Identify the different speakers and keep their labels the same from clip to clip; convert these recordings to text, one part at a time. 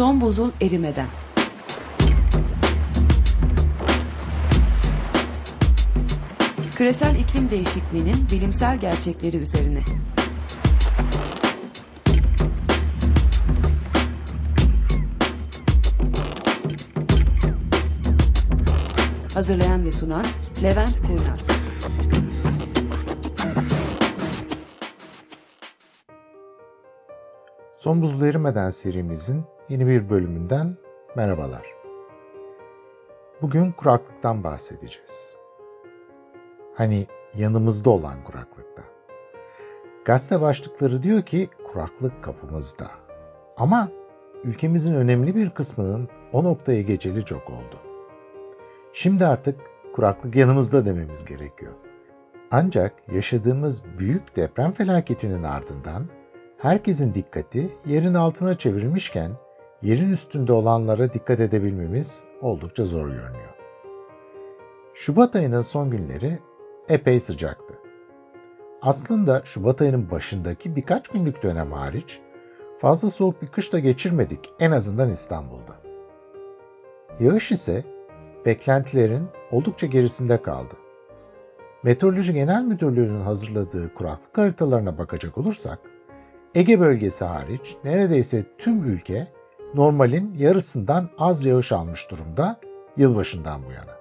Speaker 1: Son buzul erimeden. Küresel iklim değişikliğinin bilimsel gerçekleri üzerine. Hazırlayan ve sunan Levent Kurnaz.
Speaker 2: Son buzul erimeden serimizin yeni bir bölümünden merhabalar. Bugün kuraklıktan bahsedeceğiz. Hani yanımızda olan kuraklıktan. Gazete başlıkları diyor ki kuraklık kapımızda. Ama ülkemizin önemli bir kısmının o noktaya geçeli çok oldu. Şimdi artık kuraklık yanımızda dememiz gerekiyor. Ancak yaşadığımız büyük deprem felaketinin ardından herkesin dikkati yerin altına çevrilmişken yerin üstünde olanlara dikkat edebilmemiz oldukça zor görünüyor. Şubat ayının son günleri epey sıcaktı. Aslında Şubat ayının başındaki birkaç günlük dönem hariç fazla soğuk bir kış da geçirmedik, en azından İstanbul'da. Yağış ise beklentilerin oldukça gerisinde kaldı. Meteoroloji Genel Müdürlüğü'nün hazırladığı kuraklık haritalarına bakacak olursak, Ege bölgesi hariç neredeyse tüm ülke normalin yarısından az yağış almış durumda yılbaşından bu yana.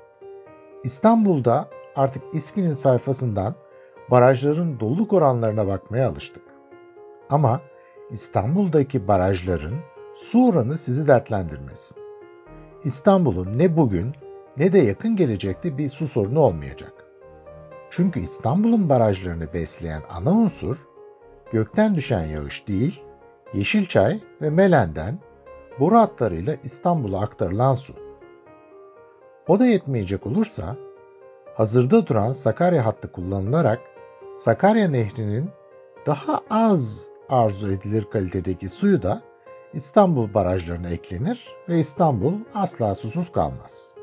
Speaker 2: İstanbul'da artık İSKİ'nin sayfasından barajların doluluk oranlarına bakmaya alıştık. Ama İstanbul'daki barajların su oranı sizi dertlendirmesin. İstanbul'un ne bugün ne de yakın gelecekte bir su sorunu olmayacak. Çünkü İstanbul'un barajlarını besleyen ana unsur gökten düşen yağış değil, Yeşilçay ve Melen'den boru hatlarıyla İstanbul'a aktarılan su. O da yetmeyecek olursa, hazırda duran Sakarya hattı kullanılarak Sakarya Nehri'nin daha az arzu edilir kalitedeki suyu da İstanbul barajlarına eklenir ve İstanbul asla susuz kalmaz.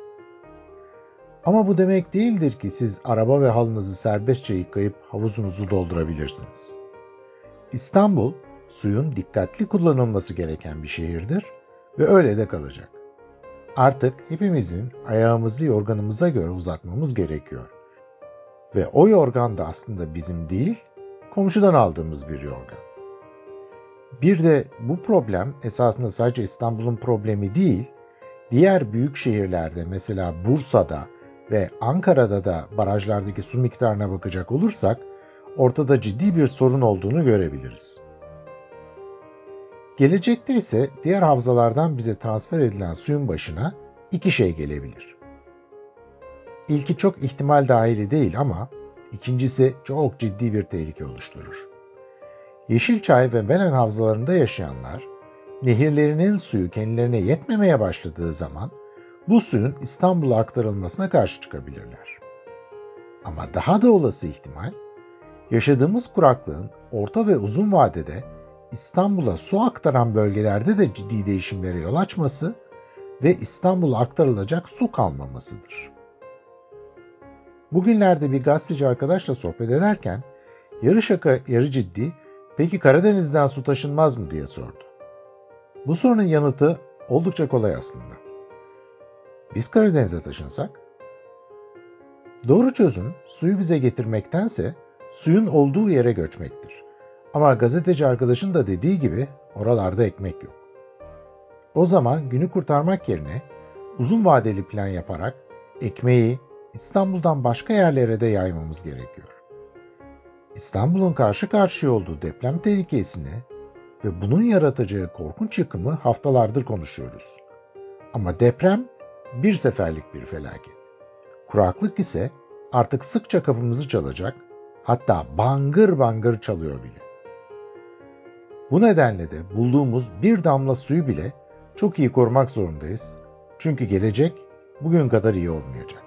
Speaker 2: Ama bu demek değildir ki siz araba ve halınızı serbestçe yıkayıp havuzunuzu doldurabilirsiniz. İstanbul, suyun dikkatli kullanılması gereken bir şehirdir ve öyle de kalacak. Artık hepimizin ayağımızı yorganımıza göre uzatmamız gerekiyor. Ve o yorgan da aslında bizim değil, komşudan aldığımız bir yorgan. Bir de bu problem esasında sadece İstanbul'un problemi değil, diğer büyük şehirlerde mesela Bursa'da ve Ankara'da da barajlardaki su miktarına bakacak olursak, ortada ciddi bir sorun olduğunu görebiliriz. Gelecekte ise diğer havzalardan bize transfer edilen suyun başına iki şey gelebilir. İlki çok ihtimal dahili değil ama ikincisi çok ciddi bir tehlike oluşturur. Yeşilçay ve Melen havzalarında yaşayanlar, nehirlerinin suyu kendilerine yetmemeye başladığı zaman bu suyun İstanbul'a aktarılmasına karşı çıkabilirler. Ama daha da olası ihtimal, yaşadığımız kuraklığın orta ve uzun vadede İstanbul'a su aktaran bölgelerde de ciddi değişimlere yol açması ve İstanbul'a aktarılacak su kalmamasıdır. Bugünlerde bir gazeteci arkadaşla sohbet ederken yarı şaka yarı ciddi, peki Karadeniz'den su taşınmaz mı diye sordu. Bu sorunun yanıtı oldukça kolay aslında. Biz Karadeniz'e taşınsak? Doğru çözüm suyu bize getirmektense suyun olduğu yere göçmektir. Ama gazeteci arkadaşın da dediği gibi oralarda ekmek yok. O zaman günü kurtarmak yerine uzun vadeli plan yaparak ekmeği İstanbul'dan başka yerlere de yaymamız gerekiyor. İstanbul'un karşı karşıya olduğu deprem tehlikesini ve bunun yaratacağı korkunç yıkımı haftalardır konuşuyoruz. Ama deprem bir seferlik bir felaket. Kuraklık ise artık sıkça kapımızı çalacak, hatta bangır bangır çalıyor bile. Bu nedenle de bulduğumuz bir damla suyu bile çok iyi korumak zorundayız. Çünkü gelecek bugün kadar iyi olmayacak.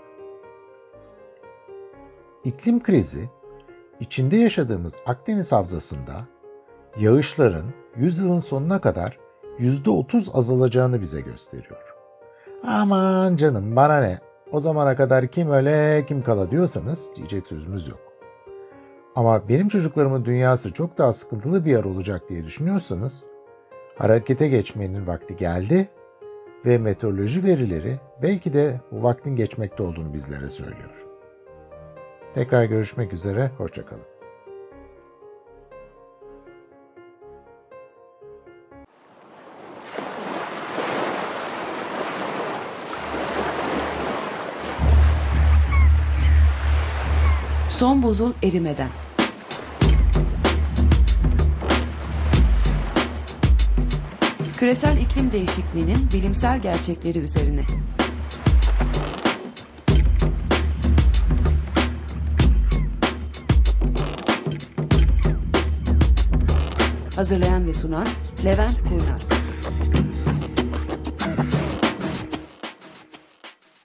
Speaker 2: İklim krizi, içinde yaşadığımız Akdeniz havzasında yağışların yüzyılın sonuna kadar %30 azalacağını bize gösteriyor. Aman canım bana ne, o zamana kadar kim öle kim kala diyorsanız diyecek sözümüz yok. Ama benim çocuklarımın dünyası çok daha sıkıntılı bir yer olacak diye düşünüyorsanız Harekete geçmenin vakti geldi ve meteoroloji verileri belki de bu vaktin geçmekte olduğunu bizlere söylüyor. Tekrar görüşmek üzere, hoşça kalın.
Speaker 1: Son buzul erimeden. Küresel iklim değişikliğinin bilimsel gerçekleri üzerine. Hazırlayan ve sunan Levent Kurnaz.